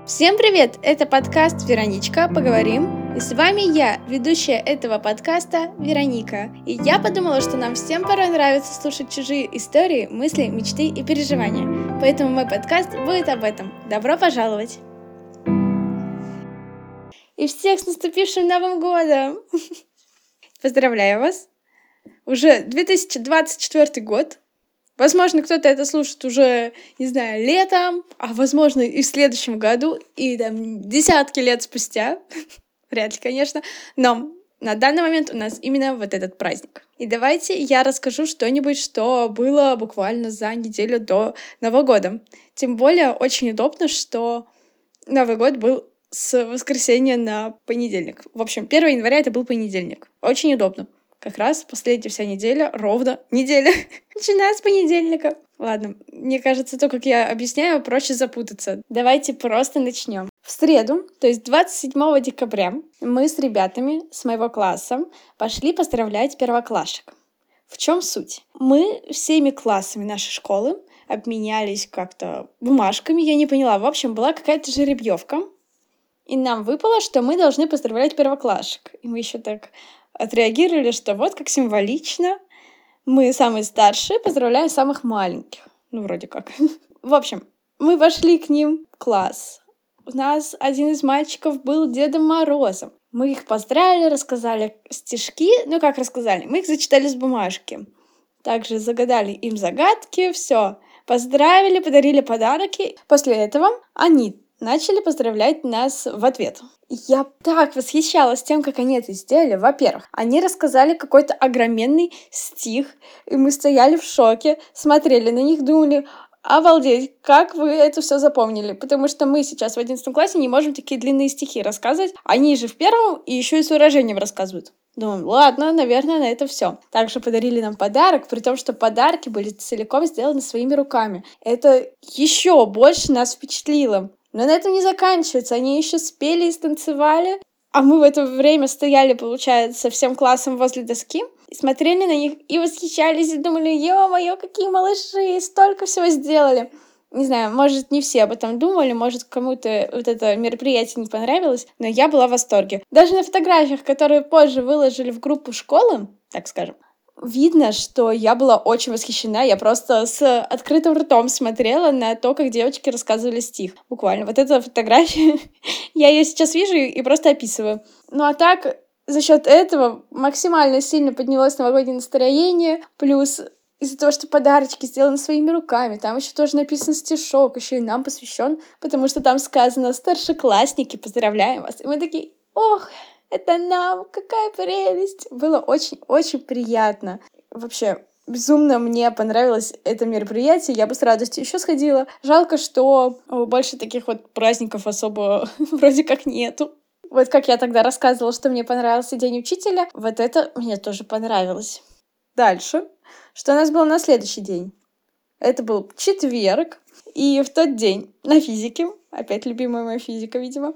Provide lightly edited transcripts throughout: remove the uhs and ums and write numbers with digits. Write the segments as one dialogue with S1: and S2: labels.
S1: Всем привет! Это подкаст «Вероничка. Поговорим». И с вами я, ведущая этого подкаста Вероника. И я подумала, что нам всем порой нравится слушать чужие истории, мысли, мечты и переживания. Поэтому мой подкаст будет об этом. Добро пожаловать! И всех с наступившим Новым годом! Поздравляю вас! Уже 2024 год. Возможно, кто-то это слушает уже, не знаю, летом, а возможно и в следующем году, и там десятки лет спустя. Вряд ли, конечно. Но на данный момент у нас именно вот этот праздник. И давайте я расскажу что-нибудь, что было буквально за неделю до Нового года. Тем более очень удобно, что Новый год был с воскресенья на понедельник. В общем, 1 января это был понедельник. Очень удобно. Как раз последняя вся неделя, ровно неделя, начиная с понедельника. Ладно, мне кажется, то, как я объясняю, проще запутаться. Давайте просто начнем. В среду, то есть 27 декабря, мы с ребятами с моего класса пошли поздравлять первоклашек. В чем суть? Мы всеми классами нашей школы обменялись как-то бумажками, я не поняла. В общем, была какая-то жеребьевка, и нам выпало, что мы должны поздравлять первоклашек. И мы еще так отреагировали, что вот как символично. Мы самые старшие поздравляем самых маленьких. Ну, вроде как. В общем, мы вошли к ним в класс. У нас один из мальчиков был Дедом Морозом. Мы их поздравили, рассказали стишки. Ну, как рассказали? Мы их зачитали с бумажки. Также загадали им загадки, все. Поздравили, подарили подарки. После этого они начали поздравлять нас в ответ. Я так восхищалась тем, как они это сделали. Во-первых, они рассказали какой-то огроменный стих, и мы стояли в шоке, смотрели на них, думали: обалдеть, как вы это все запомнили? Потому что мы сейчас в 11 классе не можем такие длинные стихи рассказывать. Они же в первом и еще и с выражением рассказывают. Думаем, ладно, наверное, на это все. Также подарили нам подарок, при том, что подарки были целиком сделаны своими руками. Это еще больше нас впечатлило. Но на этом не заканчивается. Они еще спели и станцевали. А мы в это время стояли, получается, всем классом возле доски, и смотрели на них и восхищались, и думали: ё-моё, какие малыши, столько всего сделали. Не знаю, может, не все об этом думали, может, кому-то вот это мероприятие не понравилось, но я была в восторге. Даже на фотографиях, которые позже выложили в группу школы, так скажем, видно, что я была очень восхищена. Я просто с открытым ртом смотрела на то, как девочки рассказывали стих. Буквально. Вот эта фотография, я ее сейчас вижу и просто описываю. Ну а так, за счет этого максимально сильно поднялось новогоднее настроение. Плюс из-за того, что подарочки сделаны своими руками, там еще тоже написан стишок, еще и нам посвящен, потому что там сказано: старшеклассники, поздравляем вас. И мы такие: ох, это нам, какая прелесть! Было очень-очень приятно. Вообще, безумно мне понравилось это мероприятие, я бы с радостью еще сходила. Жалко, что больше таких вот праздников особо вроде как нету. Вот как я тогда рассказывала, что мне понравился День учителя, вот это мне тоже понравилось. Дальше, что у нас было на следующий день? Это был четверг, и в тот день на физике, опять любимая моя физика, видимо,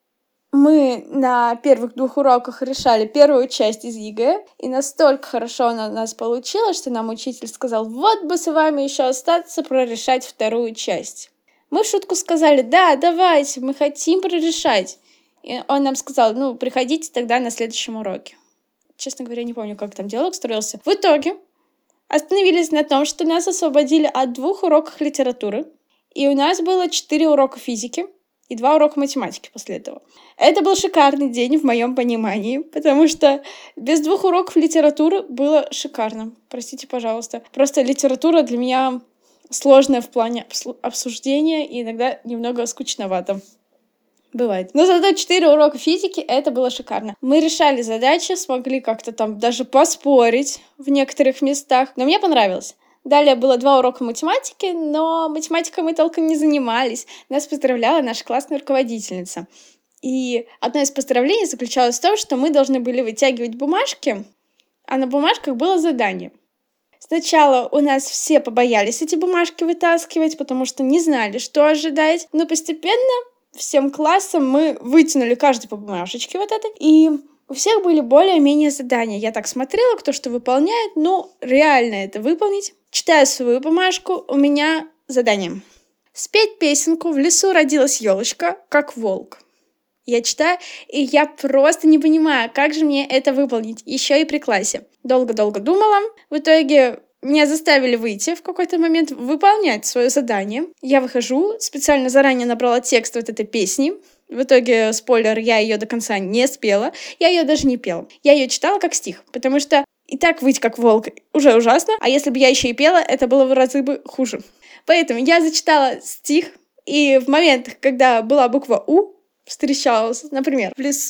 S1: мы на первых 2 уроках решали первую часть из ЕГЭ, и настолько хорошо она у нас получилась, что нам учитель сказал: вот бы с вами еще остаться прорешать вторую часть. Мы в шутку сказали: да, давайте, мы хотим прорешать. И он нам сказал: ну, приходите тогда на следующем уроке. Честно говоря, не помню, как там диалог строился. В итоге остановились на том, что нас освободили от 2 уроков литературы, и у нас было 4 урока физики и 2 урока математики после этого. Это был шикарный день в моем понимании, потому что без 2 уроков литературы было шикарно. Простите, пожалуйста. Просто литература для меня сложная в плане обсуждения и иногда немного скучновато. Бывает. Но зато 4 урока физики, это было шикарно. Мы решали задачи, смогли как-то там даже поспорить в некоторых местах, но мне понравилось. Далее было 2 урока математики, но математикой мы толком не занимались. Нас поздравляла наша классная руководительница. И одно из поздравлений заключалось в том, что мы должны были вытягивать бумажки, а на бумажках было задание. Сначала у нас все побоялись эти бумажки вытаскивать, потому что не знали, что ожидать, но постепенно всем классом мы вытянули каждый по бумажечке вот этой, и у всех были более-менее задания. Я так смотрела, кто что выполняет, но реально это выполнить. Читаю свою бумажку, у меня задание. спеть песенку «В лесу родилась елочка, как волк». Я читаю, и я просто не понимаю, как же мне это выполнить, еще и при классе. Долго-долго думала, в итоге меня заставили выйти в какой-то момент, выполнять свое задание. Я выхожу, специально заранее набрала текст вот этой песни. В итоге, спойлер, я ее до конца не спела, я ее даже не пела. Я ее читала как стих, потому что и так выть как волк уже ужасно, а если бы я еще и пела, это было в разы бы хуже. Поэтому я зачитала стих, и в момент, когда была буква «У», встречалась, например, в лесу,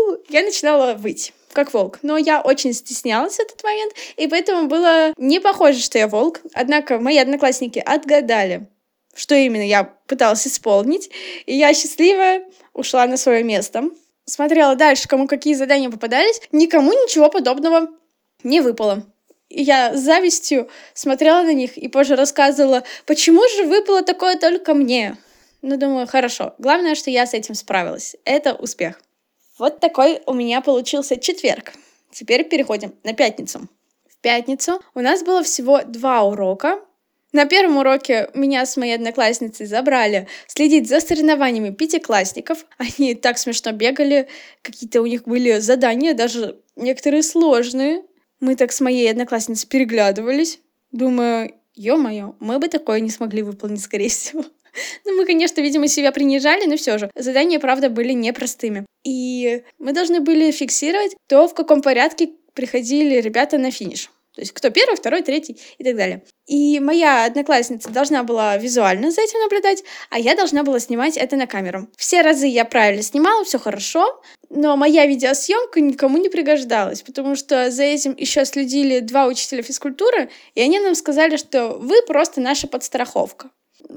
S1: я начинала выть, как волк. Но я очень стеснялась в этот момент, и поэтому было не похоже, что я волк. Однако мои одноклассники отгадали, что именно я пыталась исполнить, и я счастливая ушла на свое место. Смотрела дальше, кому какие задания попадались, никому ничего подобного не выпало. И я с завистью смотрела на них и позже рассказывала, почему же выпало такое только мне. Ну, думаю, хорошо. Главное, что я с этим справилась. Это успех. Вот такой у меня получился четверг. Теперь переходим на пятницу. В пятницу у нас было всего 2 урока. На первом уроке меня с моей одноклассницей забрали следить за соревнованиями пятиклассников. Они так смешно бегали, какие-то у них были задания, даже некоторые сложные. Мы так с моей одноклассницей переглядывались. Думаю, ё-моё, мы бы такое не смогли выполнить, скорее всего. Ну, мы, конечно, видимо, себя принижали, но все же. Задания, правда, были непростыми. И мы должны были фиксировать то, в каком порядке приходили ребята на финиш. То есть кто первый, второй, третий и так далее. И моя одноклассница должна была визуально за этим наблюдать, а я должна была снимать это на камеру. Все разы я правильно снимала, все хорошо, но моя видеосъемка никому не пригождалась, потому что за этим еще следили 2 учителя физкультуры, и они нам сказали, что вы просто наша подстраховка.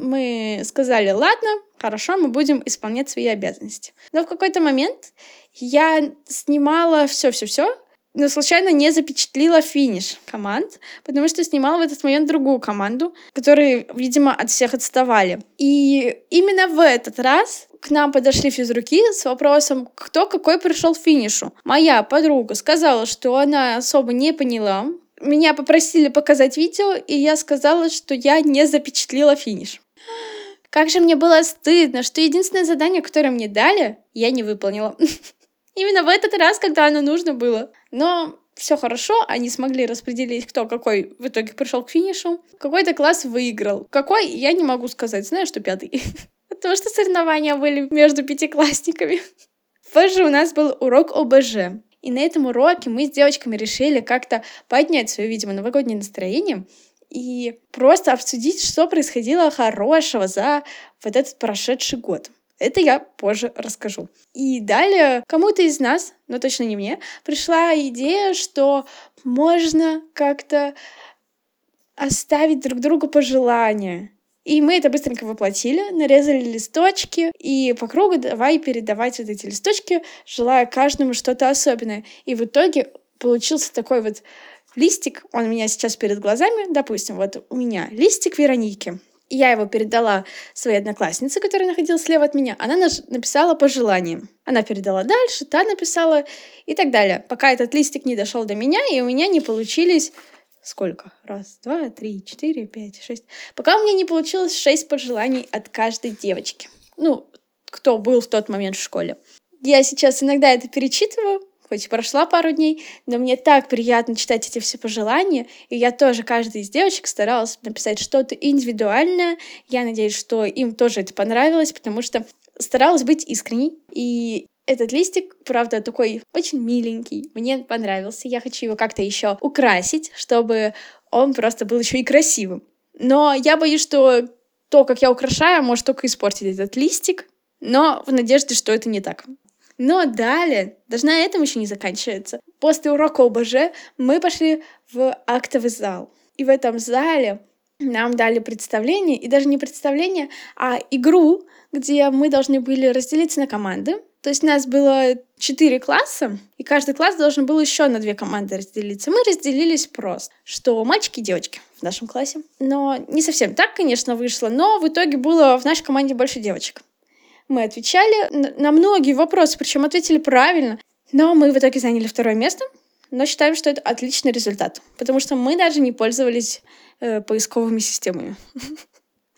S1: Мы сказали, ладно, хорошо, мы будем исполнять свои обязанности. Но в какой-то момент я снимала все, но случайно не запечатлила финиш команд, потому что снимала в этот момент другую команду, которые, видимо, от всех отставали. И именно в этот раз к нам подошли физруки с вопросом, кто какой пришел к финишу. Моя подруга сказала, что она особо не поняла. Меня попросили показать видео, и я сказала, что я не запечатлила финиш. Как же мне было стыдно, что единственное задание, которое мне дали, я не выполнила. Именно в этот раз, когда оно нужно было. Но все хорошо, они смогли распределить, кто какой в итоге пришел к финишу. Какой-то класс выиграл. Какой, я не могу сказать. Знаю, что 5-й. Потому что соревнования были между пятиклассниками. Позже у нас был урок ОБЖ. И на этом уроке мы с девочками решили как-то поднять свое, видимо, новогоднее настроение и просто обсудить, что происходило хорошего за вот этот прошедший год. Это я позже расскажу. И далее кому-то из нас, но точно не мне, пришла идея, что можно как-то оставить друг другу пожелания. И мы это быстренько воплотили, нарезали листочки, и по кругу давай передавать вот эти листочки, желая каждому что-то особенное. И в итоге получился такой вот листик, он у меня сейчас перед глазами, допустим, вот у меня листик Вероники. И я его передала своей однокласснице, которая находилась слева от меня. Она написала пожелание. Она передала дальше, та написала и так далее. Пока этот листик не дошел до меня, и у меня не получились... Сколько? 1, 2, 3, 4, 5, 6. Пока у меня не получилось 6 пожеланий от каждой девочки. Ну, кто был в тот момент в школе. Я сейчас иногда это перечитываю, хоть и прошла пару дней, но мне так приятно читать эти все пожелания, и я тоже каждой из девочек старалась написать что-то индивидуальное. Я надеюсь, что им тоже это понравилось, потому что старалась быть искренней. И этот листик, правда, такой очень миленький. Мне понравился. Я хочу его как-то еще украсить, чтобы он просто был еще и красивым. Но я боюсь, что то, как я украшаю, может только испортить этот листик, но в надежде, что это не так. Но далее, даже на этом еще не заканчивается. После урока ОБЖ мы пошли в актовый зал. И в этом зале нам дали представление, и даже не представление, а игру, где мы должны были разделиться на команды. То есть у нас было 4 класса, и каждый класс должен был еще на 2 команды разделиться. Мы разделились просто, что мальчики и девочки в нашем классе. Но не совсем так, конечно, вышло, но в итоге было в нашей команде больше девочек. Мы отвечали на многие вопросы, причем ответили правильно, но мы в итоге заняли 2 место, но считаем, что это отличный результат, потому что мы даже не пользовались поисковыми системами.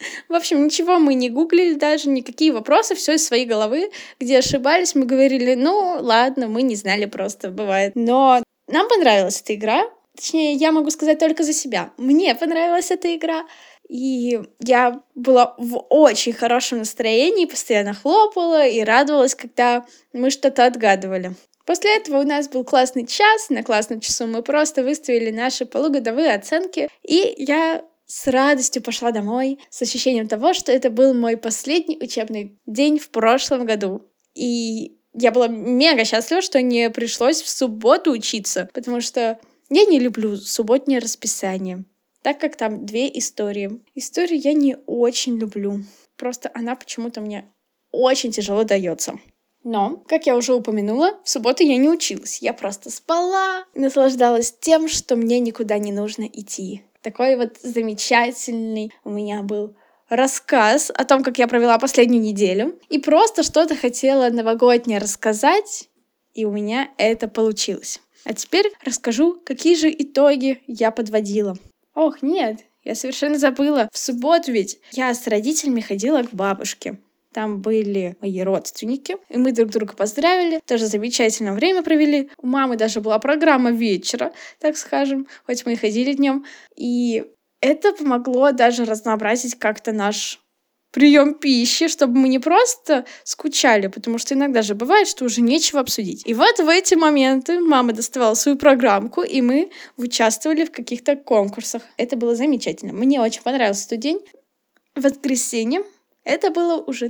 S1: В общем, ничего мы не гуглили даже, никакие вопросы, все из своей головы. Где ошибались, мы говорили, ну, ладно, мы не знали просто, бывает. Но нам понравилась эта игра. Точнее, я могу сказать только за себя. Мне понравилась эта игра. И я была в очень хорошем настроении, постоянно хлопала и радовалась, когда мы что-то отгадывали. После этого у нас был классный час, на классном часу мы просто выставили наши полугодовые оценки, и я с радостью пошла домой, с ощущением того, что это был мой последний учебный день в прошлом году. И я была мега счастлива, что не пришлось в субботу учиться, потому что я не люблю субботнее расписание, так как там 2 истории. Историю я не очень люблю, просто она почему-то мне очень тяжело дается. Но, как я уже упомянула, в субботу я не училась. Я просто спала и наслаждалась тем, что мне никуда не нужно идти. Такой вот замечательный у меня был рассказ о том, как я провела последнюю неделю. И просто что-то хотела новогоднее рассказать, и у меня это получилось. А теперь расскажу, какие же итоги я подводила. Ох, нет, я совершенно забыла. В субботу ведь я с родителями ходила к бабушке. Там были мои родственники, и мы друг друга поздравили, тоже замечательное время провели. У мамы даже была программа вечера, так скажем, хоть мы и ходили днем. И это помогло даже разнообразить как-то наш прием пищи, чтобы мы не просто скучали, потому что иногда же бывает, что уже нечего обсудить. И вот в эти моменты мама доставала свою программку, и мы участвовали в каких-то конкурсах. Это было замечательно. Мне очень понравился тот день. В воскресенье, это было уже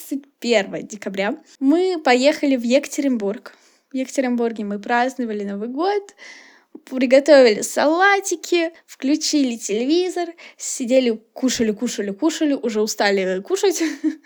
S1: 31 декабря, мы поехали в Екатеринбург. В Екатеринбурге мы праздновали Новый год, приготовили салатики, включили телевизор, сидели, кушали, уже устали кушать,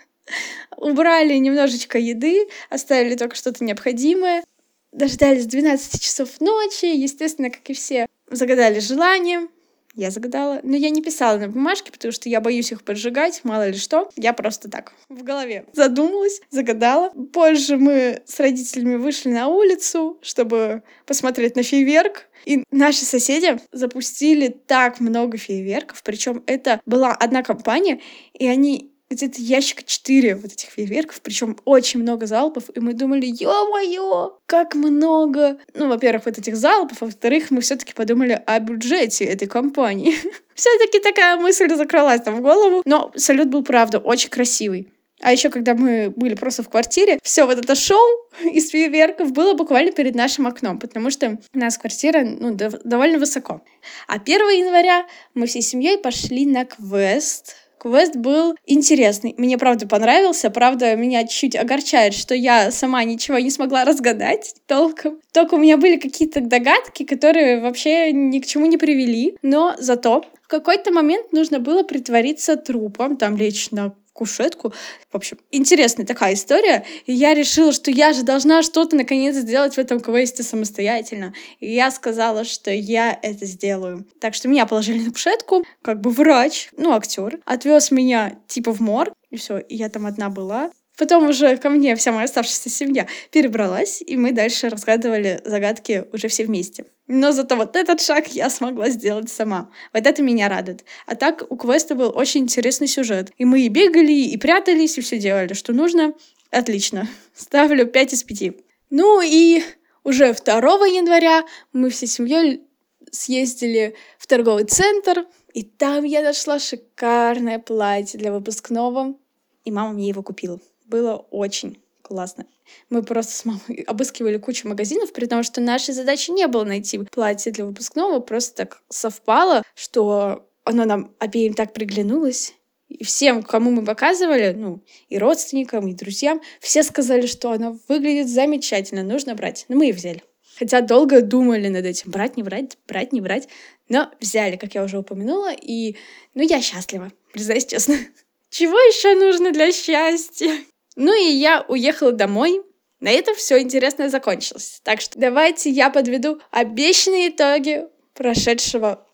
S1: убрали немножечко еды, оставили только что-то необходимое, дождались 12 часов ночи, естественно, как и все, загадали желание. Я загадала, но я не писала на бумажке, потому что я боюсь их поджигать, мало ли что. Я просто так в голове задумалась, загадала. Позже мы с родителями вышли на улицу, чтобы посмотреть на фейерверк. И наши соседи запустили так много фейерверков, причем это была одна компания, и они где-то ящика 4 вот этих фейерверков, причем очень много залпов, и мы думали, ё-моё, как много! Ну, во-первых, вот этих залпов, а во-вторых, мы все-таки подумали о бюджете этой компании. Все-таки такая мысль закралась там в голову, но салют был, правда, очень красивый. А еще, когда мы были просто в квартире, все вот это шоу из фейерверков было буквально перед нашим окном, потому что у нас квартира, довольно высоко. А 1 января мы всей семьей пошли на квест. Квест был интересный. Мне, правда, понравился. Правда, меня чуть огорчает, что я сама ничего не смогла разгадать толком. Только у меня были какие-то догадки, которые вообще ни к чему не привели. Но зато в какой-то момент нужно было притвориться трупом, там лечь на кушетку. В общем, интересная такая история. И я решила, что я же должна что-то наконец сделать в этом квесте самостоятельно. И я сказала, что я это сделаю. Так что меня положили на кушетку, как бы врач, актер, отвез меня типа в морг, и все, и я там одна была. Потом уже ко мне вся моя оставшаяся семья перебралась, и мы дальше разгадывали загадки уже все вместе. Но зато вот этот шаг я смогла сделать сама. Вот это меня радует. А так у квеста был очень интересный сюжет. И мы и бегали, и прятались, и все делали, что нужно. Отлично. Ставлю 5 из 5. Ну и уже 2 января мы всей семьей съездили в торговый центр, и там я нашла шикарное платье для выпускного, и мама мне его купила. Было очень классно. Мы просто с мамой обыскивали кучу магазинов, при том, что нашей задачей не было найти платье для выпускного, просто так совпало, что оно нам обеим так приглянулось. И всем, кому мы показывали, и родственникам, и друзьям, все сказали, что оно выглядит замечательно, нужно брать. Мы и взяли. Хотя долго думали над этим, брать, не брать, брать, не брать. Но взяли, как я уже упомянула, и, я счастлива, признаюсь честно. Чего еще нужно для счастья? И я уехала домой. На этом все интересное закончилось. Так что давайте я подведу обещанные итоги прошедшего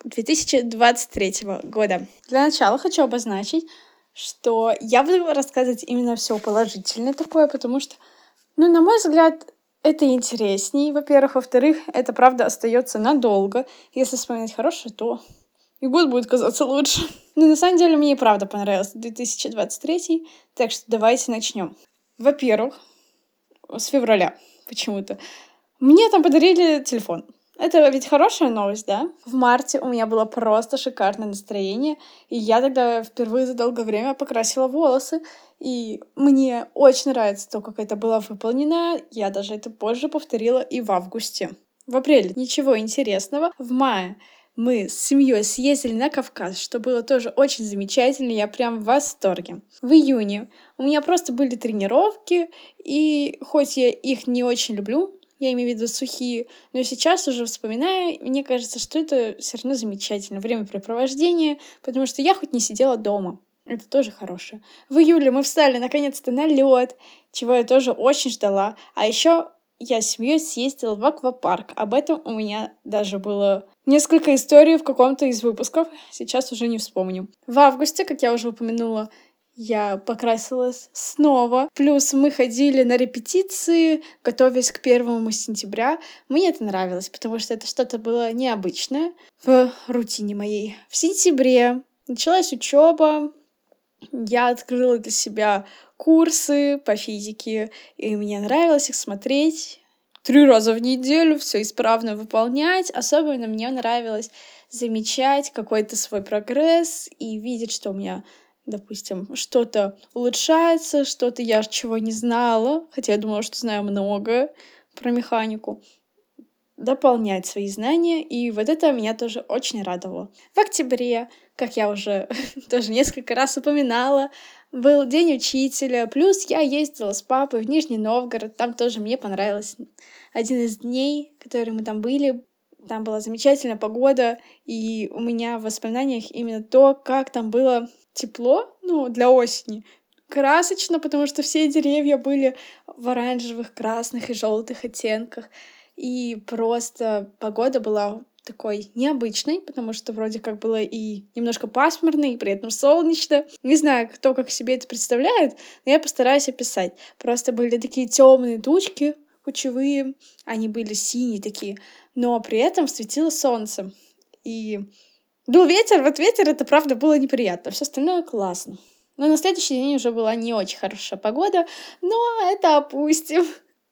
S1: 2023 года. Для начала хочу обозначить, что я буду рассказывать именно все положительное такое, потому что, на мой взгляд, это интереснее, во-первых. Во-вторых, это, правда, остается надолго. Если вспоминать хорошее, то и год будет казаться лучше. Но на самом деле мне и правда понравился 2023, так что давайте начнем. Во-первых, с февраля почему-то. Мне там подарили телефон. Это ведь хорошая новость, да? В марте у меня было просто шикарное настроение, и я тогда впервые за долгое время покрасила волосы, и мне очень нравится то, как это было выполнено. Я даже это позже повторила и в августе. В апреле ничего интересного. В мае мы с семьей съездили на Кавказ, что было тоже очень замечательно, я прям в восторге. В июне у меня просто были тренировки, и хоть я их не очень люблю, я имею в виду сухие, но сейчас уже вспоминаю, мне кажется, что это все равно замечательно. Времяпрепровождение, потому что я хоть не сидела дома. Это тоже хорошее. В июле мы встали наконец-то на лед, чего я тоже очень ждала. А еще я с семьей съездила в аквапарк. Об этом у меня даже было несколько историй в каком-то из выпусков. Сейчас уже не вспомню. В августе, как я уже упомянула, я покрасилась снова. Плюс мы ходили на репетиции, готовясь к 1 сентября. Мне это нравилось, потому что это что-то было необычное в рутине моей. В сентябре началась учеба. Я открыла для себя курсы по физике, и мне нравилось их смотреть 3 раза в неделю, все исправно выполнять. Особенно мне нравилось замечать какой-то свой прогресс и видеть, что у меня, допустим, что-то улучшается, что-то я чего не знала, хотя я думала, что знаю много про механику. Дополнять свои знания, и вот это меня тоже очень радовало. В октябре, как я уже тоже несколько раз упоминала, был День учителя, плюс я ездила с папой в Нижний Новгород, там тоже мне понравилось. Один из дней, которые мы там были, там была замечательная погода, и у меня в воспоминаниях именно то, как там было тепло, для осени. Красочно, потому что все деревья были в оранжевых, красных и желтых оттенках. И просто погода была такой необычной, потому что вроде как было и немножко пасмурно, и при этом солнечно. Не знаю, кто как себе это представляет, но я постараюсь описать. Просто были такие темные тучки, кучевые, они были синие такие, но при этом светило солнце. И дул ветер, вот ветер, это правда было неприятно, все остальное классно. Но на следующий день уже была не очень хорошая погода, но это опустим.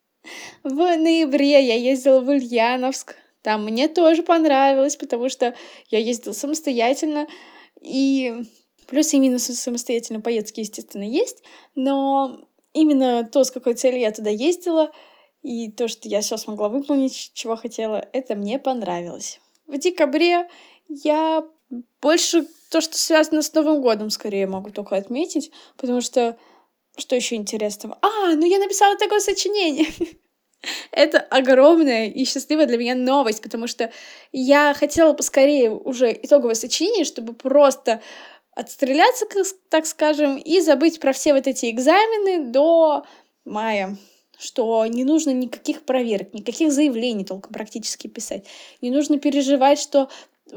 S1: В ноябре я ездила в Ульяновск. Там мне тоже понравилось, потому что я ездила самостоятельно. И плюсы и минусы самостоятельной поездки, естественно, есть. Но именно то, с какой целью я туда ездила, и то, что я все смогла выполнить, чего хотела, это мне понравилось. В декабре я больше то, что связано с Новым годом, скорее могу только отметить, потому что еще интересного? Я написала такое сочинение. Это огромная и счастливая для меня новость, потому что я хотела поскорее уже итоговое сочинение, чтобы просто отстреляться, так скажем, и забыть про все вот эти экзамены до мая, что не нужно никаких проверок, никаких заявлений толком практически писать. Не нужно переживать, что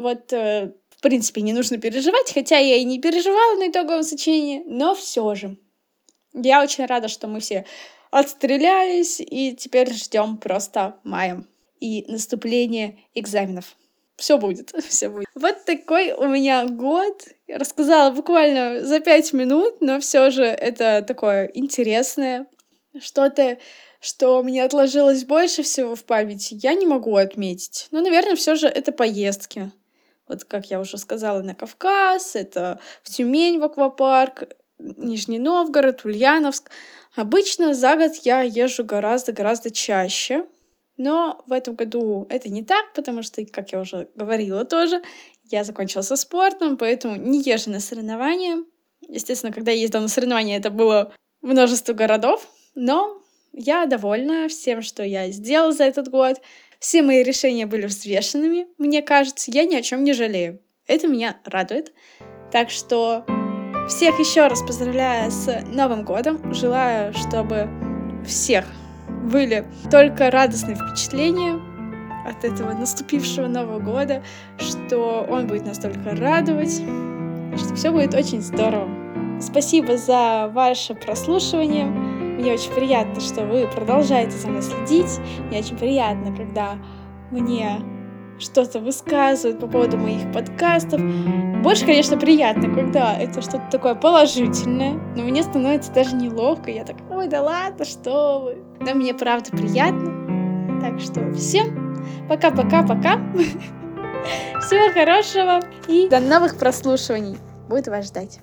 S1: в принципе, не нужно переживать, хотя я и не переживала на итоговом сочинении, но все же. Я очень рада, что мы все отстрелялись, и теперь ждем просто мая и наступление экзаменов. Все будет, все будет. Вот такой у меня год. Я рассказала буквально за 5 минут, но все же это такое интересное. Что-то, что у меня отложилось больше всего в памяти, я не могу отметить. Но, наверное, все же это поездки. Вот, как я уже сказала, на Кавказ, это в Тюмень, в аквапарк, Нижний Новгород, Ульяновск. Обычно за год я езжу гораздо чаще, но в этом году это не так, потому что, как я уже говорила тоже, я закончила со спортом, поэтому не езжу на соревнования. Естественно, когда я ездила на соревнования, это было множество городов, но я довольна всем, что я сделала за этот год. Все мои решения были взвешенными, мне кажется, я ни о чем не жалею. Это меня радует. Так что всех еще раз поздравляю с Новым годом. Желаю, чтобы всех были только радостные впечатления от этого наступившего Нового года, что он будет нас только радовать, что все будет очень здорово. Спасибо за ваше прослушивание. Мне очень приятно, что вы продолжаете за мной следить. Мне очень приятно, когда мне что-то высказывают по поводу моих подкастов. Больше, конечно, приятно, когда это что-то такое положительное, но мне становится даже неловко. Я так, ой, да ладно, что вы. Но мне правда приятно. Так что всем пока-пока-пока. Всего хорошего и до новых прослушиваний. Буду вас ждать.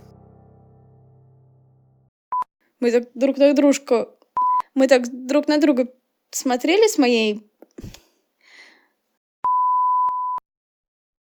S1: Мы так друг на друга смотрели с моей